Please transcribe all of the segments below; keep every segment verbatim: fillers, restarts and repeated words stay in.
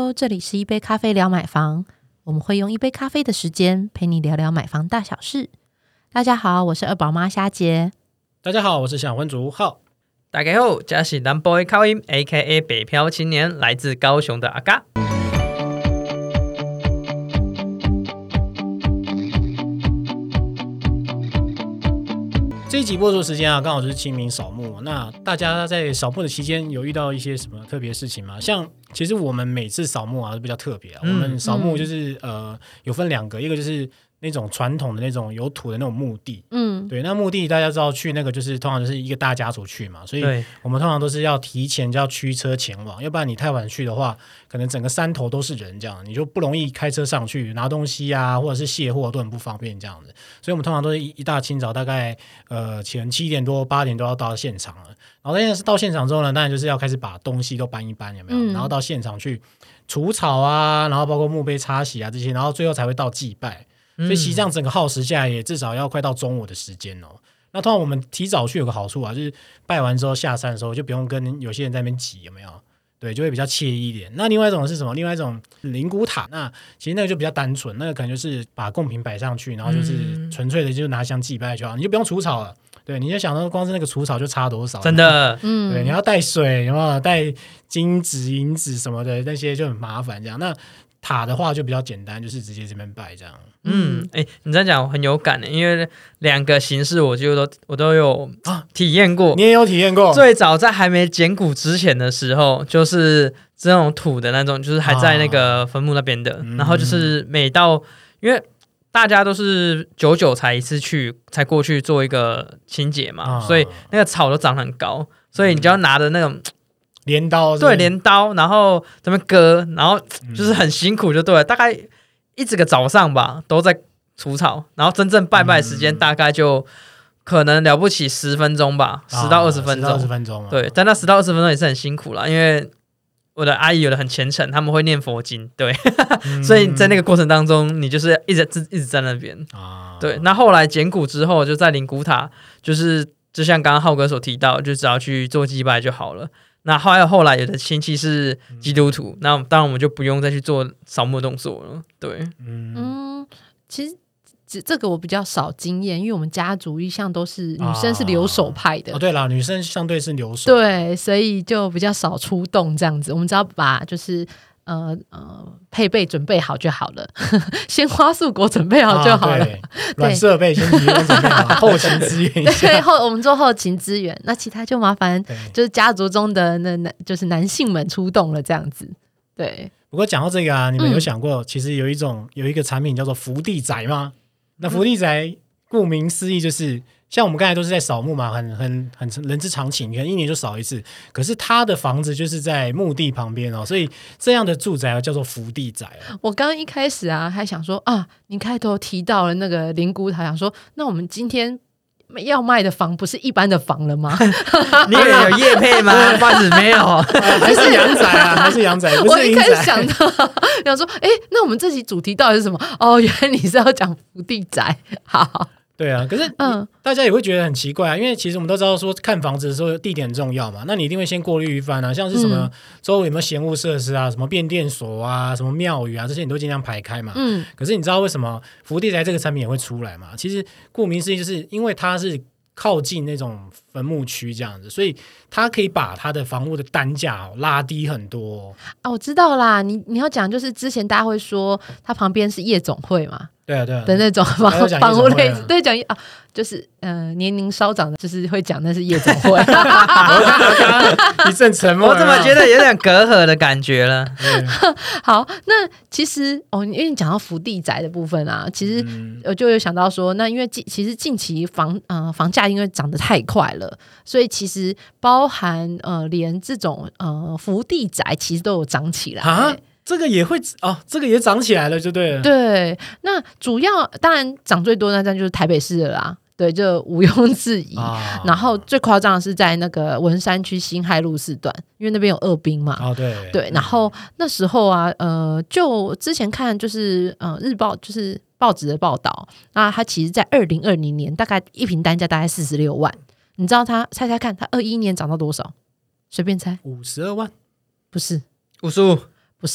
Hello， 这里是一杯咖啡聊买房，我们会用一杯咖啡的时间陪你聊聊买房大小事。大家好，我是二宝妈虾姐。 大家好，我是小婚族浩。 大家好，我是南部的口音 A K A 北漂青年，来自高雄的阿嘎。 这一集播出时间啊，刚好就是清明扫墓。那大家在扫墓的期间有遇到一些什么特别事情吗？像其实我们每次扫墓啊都比较特别啊、嗯、我们扫墓就是、嗯、呃有分两个，一个就是那种传统的那种有土的那种墓地，嗯，对，那墓地大家知道去那个就是通常就是一个大家族去嘛，所以我们通常都是要提前就要驱车前往，要不然你太晚去的话，可能整个山头都是人这样，你就不容易开车上去拿东西啊，或者是卸货都很不方便这样子，所以我们通常都是一大清早大概呃前七点多八点都要到现场了，然后但是到现场之后呢，当然就是要开始把东西都搬一搬，有没有？嗯、然后到现场去除草啊，然后包括墓碑擦洗啊这些，然后最后才会到祭拜。所以其实这样整个耗时下来也至少要快到中午的时间哦。那通常我们提早去有个好处啊，就是拜完之后下山的时候就不用跟有些人在那边挤，有没有？对，就会比较惬意一点。那另外一种是什么？另外一种灵骨塔，那其实那个就比较单纯，那个可能就是把贡品摆上去，然后就是纯粹的就拿香祭拜就好，你就不用除草了。对，你就想到光是那个除草就差多少， 真的， 嗯，对，你要带水，有没有带金纸、银纸什么的，那些就很麻烦。这样，那塔的话就比较简单，就是直接这边拜这样。 嗯，哎、欸，你这样讲很有感的，因为两个形式我就都我都有体验过、啊。 你也有体验过？ 最早在还没捡骨之前的时候，就是这种土的那种，就是还在那个坟墓那边的、啊，然后就是每到因为大家都是久久才一次去，才过去做一个清洁嘛、啊，所以那个草都长很高，所以你就要拿着那种。 镰刀对镰刀，然后这边割，然后就是很辛苦就对了、嗯、大概一整个早上吧都在除草，然后真正拜拜时间大概就可能了不起十分钟吧，十、啊、到二十分钟， 十到二十分钟， 对，但那十到二十分钟也是很辛苦啦，因为我的阿姨有的很虔诚，他们会念佛经，对，嗯、所以在那个过程当中，你就是一直一直在那边、啊，对。那后来捡骨之后，就在灵骨塔，就是就像刚刚浩哥所提到，就只要去做祭拜就好了。那后来后来有的亲戚是基督徒、嗯，那当然我们就不用再去做扫墓动作了。对， 嗯，其实这个我比较少经验，因为我们家族一向都是女生是留守派的。 啊、哦，对啦，女生相对是留守， 对，所以就比较少出动这样子。我们只要把就是呃呃配备准备好就好了，鲜花素果准备好就好了， 软、啊、设备先提供准备好，后勤支援一下。 对，后我们做后勤支援，那其他就麻烦就是家族中的那男就是男性们出动了这样子。对， 不过讲到这个啊，你们有想过，嗯、其实有一种有一个产品叫做福地宅吗？那福地宅顾名思义就是像我们刚才都是在扫墓嘛，很很很人之常情，可能一年就扫一次。可是他的房子就是在墓地旁边哦，所以这样的住宅叫做福地宅、哦。 我刚刚一开始啊，还想说啊，你开头提到了那个灵骨塔，想说那我们今天要卖的房不是一般的房了吗？ 你以为有业配吗？不是没有、 呃，还是阳宅啊，还是阳宅，不是阴宅。 我一开始想到，想说，哎、欸，那我们这集主题到底是什么？哦，原来你是要讲福地宅，好。 对啊，可是嗯，大家也会觉得很奇怪啊，因为其实我们都知道说看房子的时候地点很重要嘛，那你一定会先过滤一番啊，像是什么周围有没有闲物设施啊，什么变电所啊，什么庙宇啊，这些你都尽量排开嘛。嗯，可是你知道为什么福地宅这个产品也会出来吗？其实顾名思义，就是因为它是靠近那种坟墓区这样子，所以它可以把它的房屋的单价、哦、拉低很多、哦、 啊。我知道啦，你你要讲就是之前大家会说它旁边是夜总会嘛。 对啊，对啊， 的那种房房屋类，对，讲啊，就是呃年龄稍长的，就是会讲那是夜总会。 一阵沉默， 我怎么觉得有点隔阂的感觉了？ 好，那其实哦，因为你讲到福地宅的部分啊，其实我就有想到说，那因为近其实近期房呃房价因为涨得太快了，所以其实包含呃连这种呃福地宅其实都有涨起来啊。 这个也会哦，这个也涨起来了，就对了。 对，那主要当然涨最多那站就是台北市的啦，对，就毋庸置疑、啊。然后最夸张的是在那个文山区辛亥路四段，因为那边有二兵嘛。 哦，对对。然后那时候啊，呃，就之前看就是呃日报就是报纸的报道，那它其实在二零二零年大概一坪单价大概四十六万，你知道它猜猜看，它二一年涨到多少？随便猜， 五十二万？ 不是， 五十五。 不是，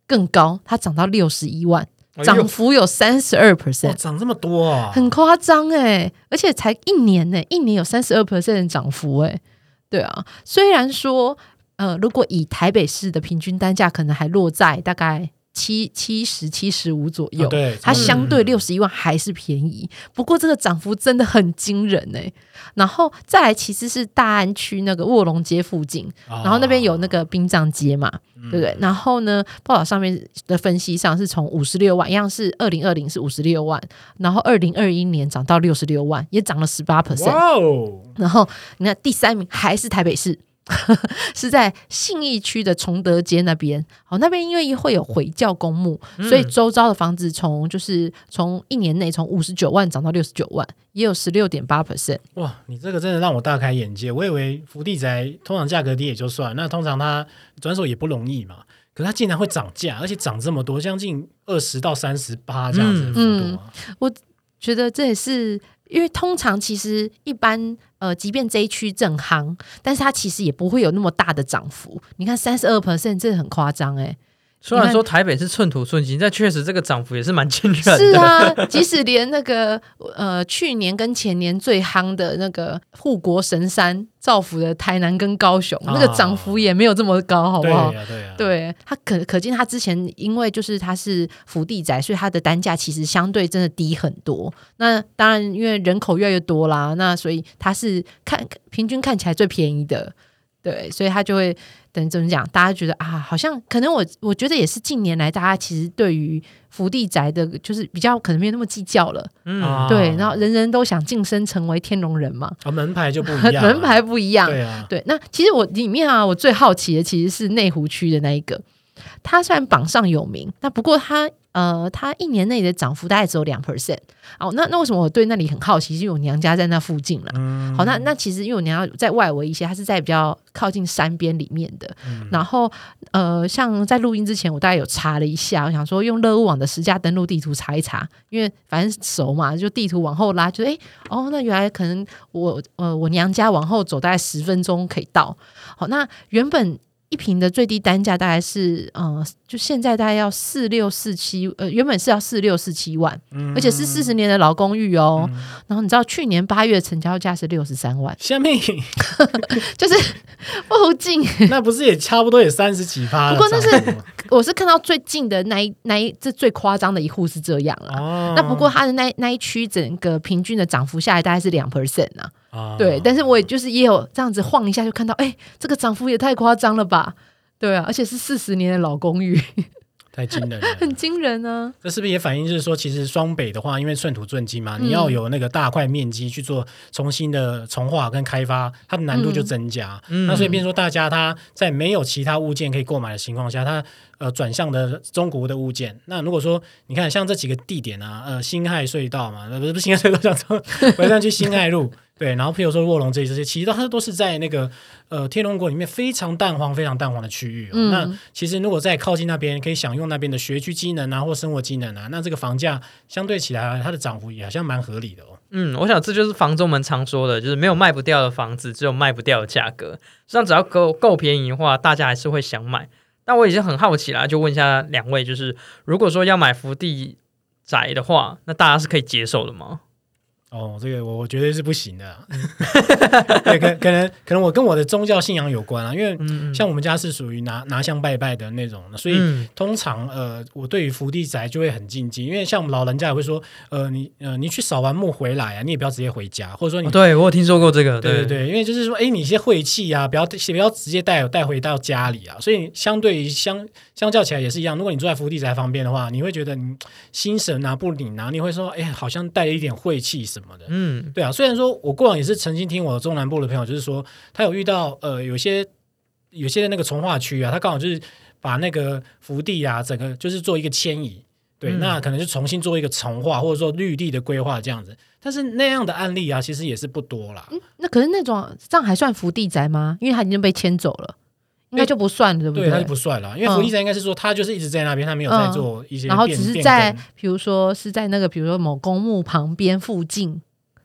更高，它涨到六十一万，涨幅有三十二 percent， 涨这么多啊， 很夸张哎！而且才一年呢、欸，一年有三十二 percent 的涨幅哎、欸，对啊。虽然说呃，如果以台北市的平均单价，可能还落在大概七七十七十五左右、哦， 对， 它相对六十一万还是便宜、嗯。不过这个涨幅真的很惊人哎、欸。然后再来，其实是大安区那个卧龙街附近， 哦、 然后那边有那个殡葬街嘛。对不对？然后呢，报道上面的分析上是从五十六万，一样是二零二零是五十六万，然后二零二一年涨到六十六万，也涨了十八 percent。然后你看第三名还是台北市。是在信义区的崇德街那边，好，那边因为会有回教公墓、嗯，所以周遭的房子从就是从一年内从五十九万涨到六十九万，也有十六点八 percent。 哇，你这个真的让我大开眼界。我以为福地宅通常价格低也就算，那通常它转手也不容易嘛，可是它竟然会涨价，而且涨这么多，将近二十到三十八这样子的幅度、啊嗯嗯。我觉得这也是。因为通常其实一般呃，即便这一区正夯，但是它其实也不会有那么大的涨幅。你看三十二 percent， 这很夸张哎。 虽然说台北是寸土寸金，但确实这个涨幅也是蛮惊人的。 是啊，即使连那个呃去年跟前年最夯的那个护国神山造福的台南跟高雄，啊、那个涨幅也没有这么高，好不好？ 对啊，对啊。 对，它可可见它之前因为就是它是福地宅，所以它的单价其实相对真的低很多。那当然，因为人口越来越多啦，那所以它是看平均看起来最便宜的。对，所以他就会等于怎么讲，大家觉得啊，好像可能我我觉得也是近年来大家其实对于福地宅的，就是比较可能没有那么计较了，嗯，对，然后人人都想晋升成为天龙人嘛， 啊，门牌就不一样， 门牌不一样， 对啊， 对，那其实我里面啊，我最好奇的其实是内湖区的那一个，它虽然榜上有名，那不过它呃，它一年内的涨幅大概只有两 percent。哦，那那为什么我对那里很好奇？是因为我娘家在那附近啦。嗯、好，那那其实因为我娘家在外围一些，它是在比较靠近山边里面的。嗯、然后呃，像在录音之前，我大概有查了一下，我想说用乐屋网的实价登录地图查一查，因为反正熟嘛，就地图往后拉，就哎哦，那原来可能我呃我娘家往后走大概十分钟可以到。好，那原本。一坪的最低单价大概是，呃，就现在大概要四六四七，呃，原本是要四六四七万，嗯、而且是四十年的老公寓哦。嗯、然后你知道去年八月成交价是六十三万， 下面就是附近， 那不是也差不多也三十几趴了？ 不过那是我是看到最近的那一那一这最夸张的一户是这样啦。哦、那不过它的那那一区整个平均的涨幅下来大概是两 percent 啊。啊、对，但是我也就是也有这样子晃一下就看到，哎，这个涨幅也太夸张了吧？对啊，而且是四十年的老公寓， 太惊人了， 很惊人啊！ 这是不是也反映就是说，其实双北的话，因为寸土寸金嘛，嗯、你要有那个大块面积去做重新的重划跟开发，它的难度就增加。嗯、那所以变成说，大家他在没有其他物件可以购买的情况下，他呃转向的中国的物件。那如果说你看像这几个地点啊，呃，辛亥隧道嘛，不是不是辛亥隧道，讲回上去辛亥路。对，然后譬如说卧龙这些，其实它都是在那个呃天龙国里面非常淡黄、非常淡黄的区域、哦嗯。那其实如果在靠近那边，可以享用那边的学区机能啊，或生活机能啊，那这个房价相对起来，它的涨幅也好像蛮合理的哦。 嗯，我想这就是房仲们常说的，就是没有卖不掉的房子，只有卖不掉的价格。这样只要够够便宜的话，大家还是会想买。但我已经很好奇啦，就问一下两位，就是如果说要买福地宅的话，那大家是可以接受的吗？ 哦，这个我我绝对是不行的、啊，对，可可能可能我跟我的宗教信仰有关啊，因为像我们家是属于拿拿香拜拜的那种的，所以通常呃，我对于福地宅就会很禁忌，因为像我们老人家也会说，呃，你呃你去扫完墓回来啊，你也不要直接回家，或者说你、 哦、对我有听说过这个， 对对对，因为就是说，哎，你一些晦气啊，不要不要直接带带回到家里啊，所以相对于相相较起来也是一样，如果你住在福地宅旁边的话，你会觉得你心神啊不宁啊，你会说，哎，好像带了一点晦气什么。什么的，嗯，对啊，虽然说我过往也是曾经听我中南部的朋友，就是说他有遇到呃有些有些那个重划区啊，他刚好就是把那个福地啊整个就是做一个迁移，对，嗯、那可能就重新做一个重划或者说绿地的规划这样子，但是那样的案例啊，其实也是不多啦。 嗯、那可是那种这样还算福地宅吗？因为他已经被迁走了。应该就不算了，对不对？ 对，它就不算了，因为福地宅应该是说，他就是一直在那边，他没有在做一些变、嗯， 然后只是在，比如说是在那个，比如说某公墓旁边附近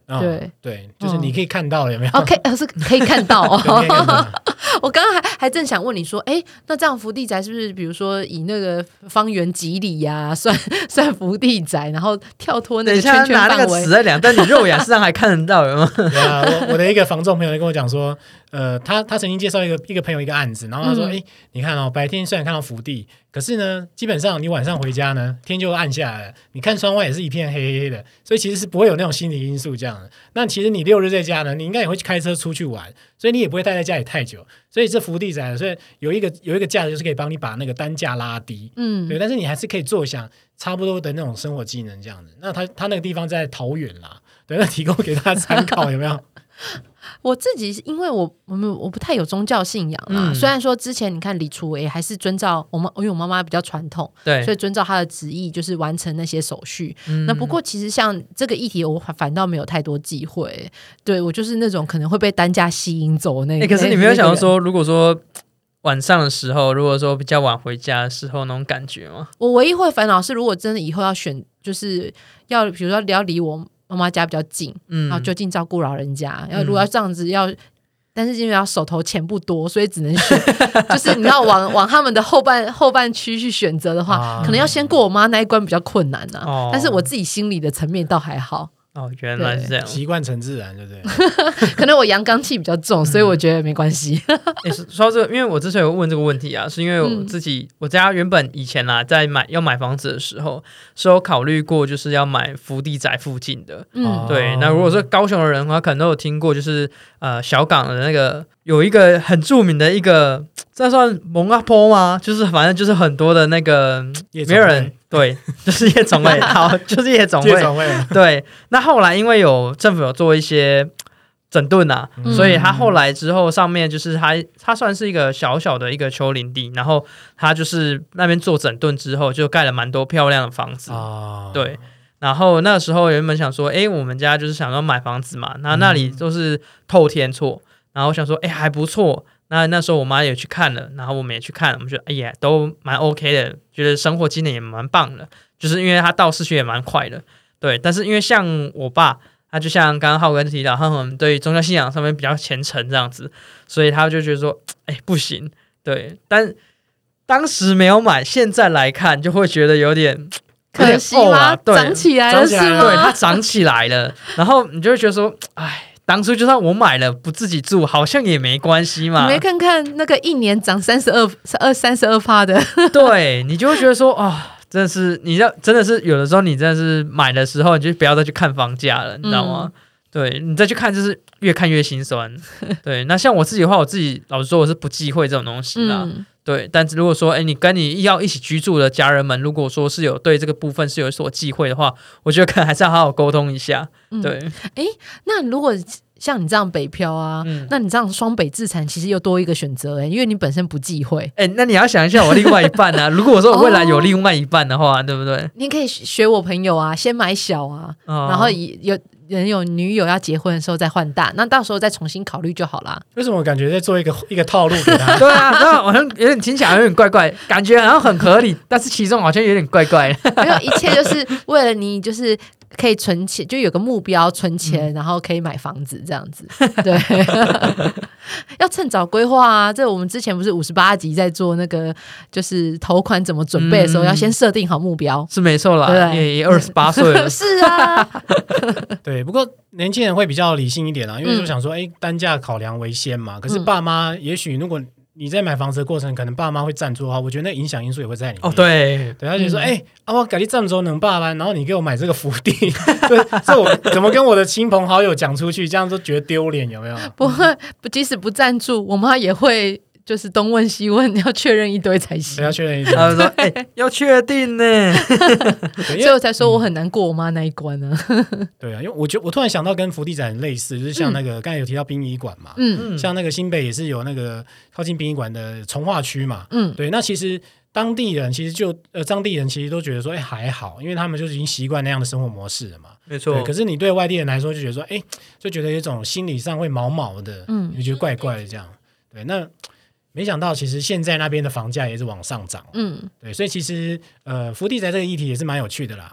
哦、 对对，就是你可以看到了有没有？ 哦，可以是可以看到哦。 可以看到我刚刚还还正想问你说，哎，那这样福地宅是不是比如说以那个方圆几里呀、啊、算算福地宅，然后跳脱那个圈圈范围？ 拿那个尺在量，但你肉眼上还看得到有吗？ 对啊，我我的一个房仲朋友就跟我讲说，呃，他他曾经介绍一个一个朋友一个案子，然后他说，哎、嗯，你看哦，白天虽然看到福地，可是呢，基本上你晚上回家呢，天就暗下来了，你看窗外也是一片黑黑的，所以其实是不会有那种心理因素这样的。那其实你六日在家呢，你应该也会开车出去玩，所以你也不会待在家里太久。所以这福地宅，所以有一个有一个价值就是可以帮你把那个单价拉低，嗯，对，但是你还是可以做想差不多的那种生活技能这样子。那他他那个地方在桃园啦，对，那提供给大家参考有没有？ 我自己因为我我们我不太有宗教信仰啦、嗯，虽然说之前你看李楚维还是遵照我妈，因为我妈妈比较传统，对，所以遵照她的旨意就是完成那些手续、嗯。那不过其实像这个议题，我反倒没有太多机会，对我就是那种可能会被单价吸引走那、欸。 可是你没有想到说，如果说晚上的时候，如果说比较晚回家的时候那种感觉吗？ 我唯一会烦恼是，如果真的以后要选，就是要比如说要离我妈妈家比较近，嗯，然后就近照顾老人家。然后如果要这样子要，但是因为要手头钱不多，所以只能选，就是你要往往他们的后半后半区去选择的话、啊，可能要先过我妈那一关比较困难啊、哦。但是我自己心里的层面倒还好。 哦，原来是这样， 习惯成自然，对不对？ 可能我阳刚气比较重，所以我觉得没关系。 欸、说到这个，因为我之前有问这个问题啊，是因为我自己、嗯、我家原本以前啦，在买要买房子的时候，是有考虑过就是要买福地宅附近的。嗯，对。那如果说高雄的人的话，可能都有听过，就是呃小港的那个有一个很著名的一个，这算蒙阿坡吗？就是反正就是很多的那个没有人。对，就是夜总会，好，就是夜总会。 夜总会。 对，那后来因为有政府有做一些整顿啊、嗯，所以他后来之后上面就是他，他算是一个小小的一个丘陵地，然后他就是那边做整顿之后，就盖了蛮多漂亮的房子。哦、对，然后那时候原本想说，哎，我们家就是想要买房子嘛，那那里都是透天厝，然后我想说，哎，还不错。那那时候我妈也去看了，然后我们也去看了，我们觉得哎呀都蛮 OK 的，觉得生活机能也蛮棒的，就是因为他到市区也蛮快的，对。但是因为像我爸，他就像刚刚浩哥提到，他们对宗教信仰上面比较虔诚这样子，所以他就觉得说，哎不行，对。但当时没有买，现在来看就会觉得有点可惜吗？对，长起来了是吗？ 对，它长起来了，然后你就会觉得说，哎。当初就算我买了不自己住，好像也没关系嘛。 你没看看那个一年涨三十二、二三十二趴的， 对你就会觉得说，哦，真的是，你要真的是有的时候，你真的是买的时候，你就不要再去看房价了，你知道吗？嗯、对你再去看，就是越看越心酸。对，那像我自己的话，我自己老实说，我是不忌讳这种东西啦。嗯对，但是如果说，哎，你跟你要一起居住的家人们，如果说是有对这个部分是有所忌讳的话，我觉得可能还是要好好沟通一下。对， 哎、嗯，那如果像你这样北漂啊，嗯、那你这样双北自产，其实又多一个选择哎，因为你本身不忌讳。 哎，那你要想一下我另外一半啊，如果我说我未来有另外一半的话，哦、对不对？ 你可以学我朋友啊，先买小啊，哦、然后有。人有女友要结婚的时候再换大，那到时候再重新考虑就好啦。 为什么我感觉在做一个一个套路给他？ 对啊，那好像有点听起来有点怪怪，感觉好像很合理，但是其中好像有点怪怪的。 没有，一切就是为了你，就是可以存钱，就有个目标存钱，嗯、然后可以买房子这样子。对，要趁早规划啊！这我们之前不是五十八集在做那个，就是头款怎么准备的时候，嗯、要先设定好目标， 是没错啦。对，也二十八岁了。 是啊。 对，不过年轻人会比较理性一点啊，因为就想说，哎、嗯，单价考量为先嘛。可是爸妈，也许如果你在买房子的过程，可能爸妈会赞助的话，我觉得那影响因素也会在里面。 哦，对， 对，他就说，哎、嗯，啊，我给你赞助能爸爸，然后你给我买这个福地，这我怎么跟我的亲朋好友讲出去，这样都觉得丢脸，有没有？ 不会，即使不赞助，我妈也会。就是东问西问，要确认一堆才行。 要确认一堆， 他说：“哎、欸，要确定呢。” 所以我才说我很难过我妈那一关呢、啊。 对啊，因为我觉得我突然想到跟福地宅很类似，就是像那个、嗯、刚才有提到殡仪馆嘛，嗯，像那个新北也是有那个靠近殡仪馆的从化区嘛，嗯，对，那其实当地人其实就呃当地人其实都觉得说，哎、欸、还好，因为他们就已经习惯那样的生活模式了嘛。 没错， 可是你对外地人来说就觉得说，哎、欸，就觉得有一种心理上会毛毛的，嗯，你觉得怪怪的这样，对，那。没想到，其实现在那边的房价也是往上涨，嗯，对，所以其实呃，福地宅这个议题也是蛮有趣的啦。不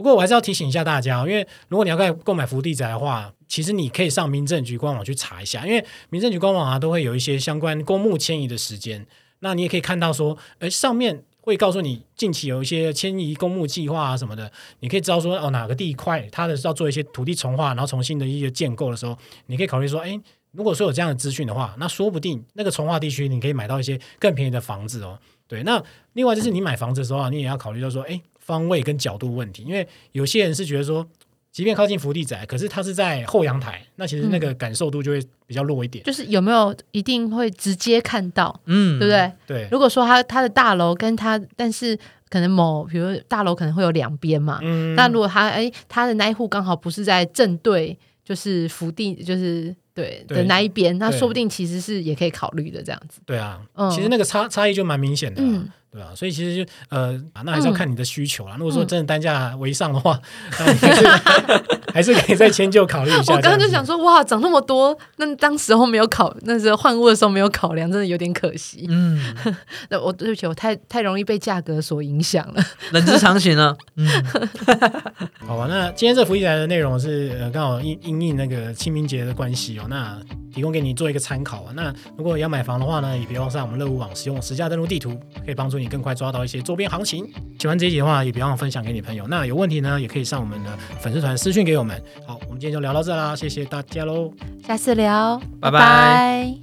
不过我还是要提醒一下大家，因为如果你要购买福地宅的话，其实你可以上民政局官网去查一下，因为民政局官网啊都会有一些相关公墓迁移的时间，那你也可以看到说，哎，上面会告诉你近期有一些迁移公墓计划啊什么的，你可以知道说哦哪个地块它的是要做一些土地重划，然后重新的一些建构的时候，你可以考虑说，哎，如果说有这样的资讯的话，那说不定那个重划地区你可以买到一些更便宜的房子哦。对，那另外就是你买房子的时候啊，你也要考虑到说，哎，方位跟角度问题，因为有些人是觉得说，即便靠近福地宅，可是它是在后阳台，那其实那个感受度就会比较弱一点。 嗯、就是有没有一定会直接看到，嗯，对不对？ 对。 如果说它它的大楼跟它，但是可能某比如大楼可能会有两边嘛，嗯，那如果它哎它的那一户刚好不是在正对，就是福地，就是对的那一边，那说不定其实是也可以考虑的这样子。 对啊，嗯、其实那个差差异就蛮明显的、啊。嗯，对啊，所以其实就呃，那还是要看你的需求啦。嗯、如果说真的单价为上的话，嗯、那还, 是还是可以再迁就考虑一下。 我刚刚就想说，哇，涨那么多，那当时候没有考，那时候换屋的时候没有考量，真的有点可惜。嗯，那我对不起，我太太容易被价格所影响了， 人之常情啊。嗯， 好吧，那今天这福地宅的内容是呃刚好因因应那个清明节的关系哦，那提供给你做一个参考啊。那如果要买房的话呢，也别忘上我们乐屋网使用实价登录地图，可以帮助你更快抓到一些周边行情。喜欢这一集的话，也别忘分享给你朋友。那有问题呢，也可以上我们的粉丝团私讯给我们。好，我们今天就聊到这啦，谢谢大家喽， 下次聊， 拜拜。 拜拜。